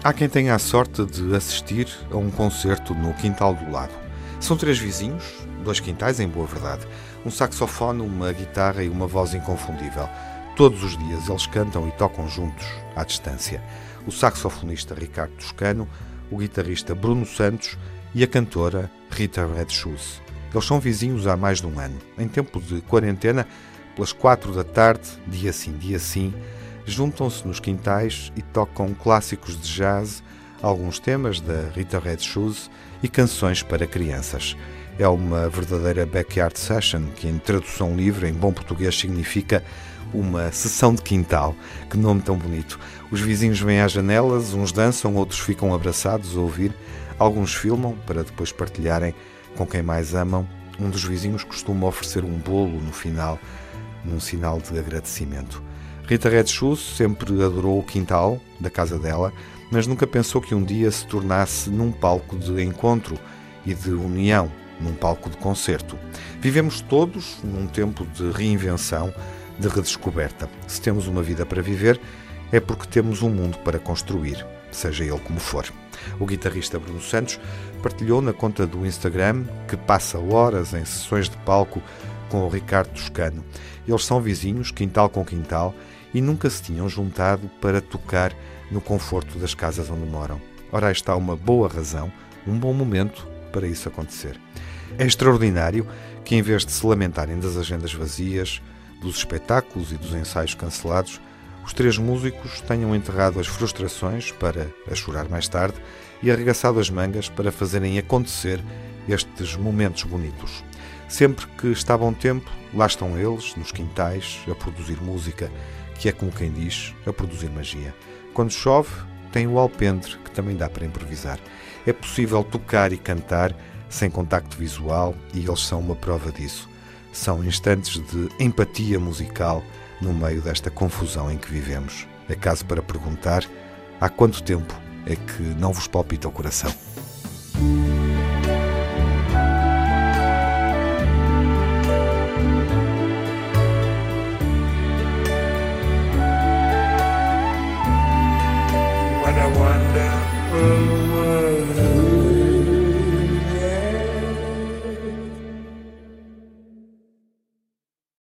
Há quem tenha a sorte de assistir a um concerto no quintal do lado. São 3 vizinhos, 2 quintais em boa verdade, um saxofone, uma guitarra e uma voz inconfundível. Todos os dias eles cantam e tocam juntos, à distância. O saxofonista Ricardo Toscano, o guitarrista Bruno Santos e a cantora Rita Red Shoes. Eles são vizinhos há mais de um ano. Em tempo de quarentena, pelas 4 da tarde, dia sim, juntam-se nos quintais e tocam clássicos de jazz, alguns temas da Rita Red Shoes e canções para crianças. É uma verdadeira backyard session, que em tradução livre, em bom português, significa uma sessão de quintal. Que nome tão bonito. Os vizinhos vêm às janelas, uns dançam, outros ficam abraçados a ouvir, alguns filmam para depois partilharem com quem mais amam. Um dos vizinhos costuma oferecer um bolo no final, num sinal de agradecimento. Rita Red Shoes sempre adorou o quintal da casa dela, mas nunca pensou que um dia se tornasse num palco de encontro e de união, num palco de concerto. Vivemos todos num tempo de reinvenção, de redescoberta. Se temos uma vida para viver, é porque temos um mundo para construir, seja ele como for. O guitarrista Bruno Santos partilhou na conta do Instagram que passa horas em sessões de palco com o Ricardo Toscano. Eles são vizinhos, quintal com quintal, e nunca se tinham juntado para tocar no conforto das casas onde moram. Ora, aí está uma boa razão, um bom momento para isso acontecer. É extraordinário que, em vez de se lamentarem das agendas vazias, dos espetáculos e dos ensaios cancelados, os 3 músicos tenham enterrado as frustrações para a chorar mais tarde e arregaçado as mangas para fazerem acontecer estes momentos bonitos. Sempre que está bom tempo, lá estão eles, nos quintais, a produzir música, que é como quem diz, a produzir magia. Quando chove, tem o alpendre, que também dá para improvisar. É possível tocar e cantar sem contacto visual e eles são uma prova disso. São instantes de empatia musical no meio desta confusão em que vivemos. É caso para perguntar há quanto tempo é que não vos palpita o coração.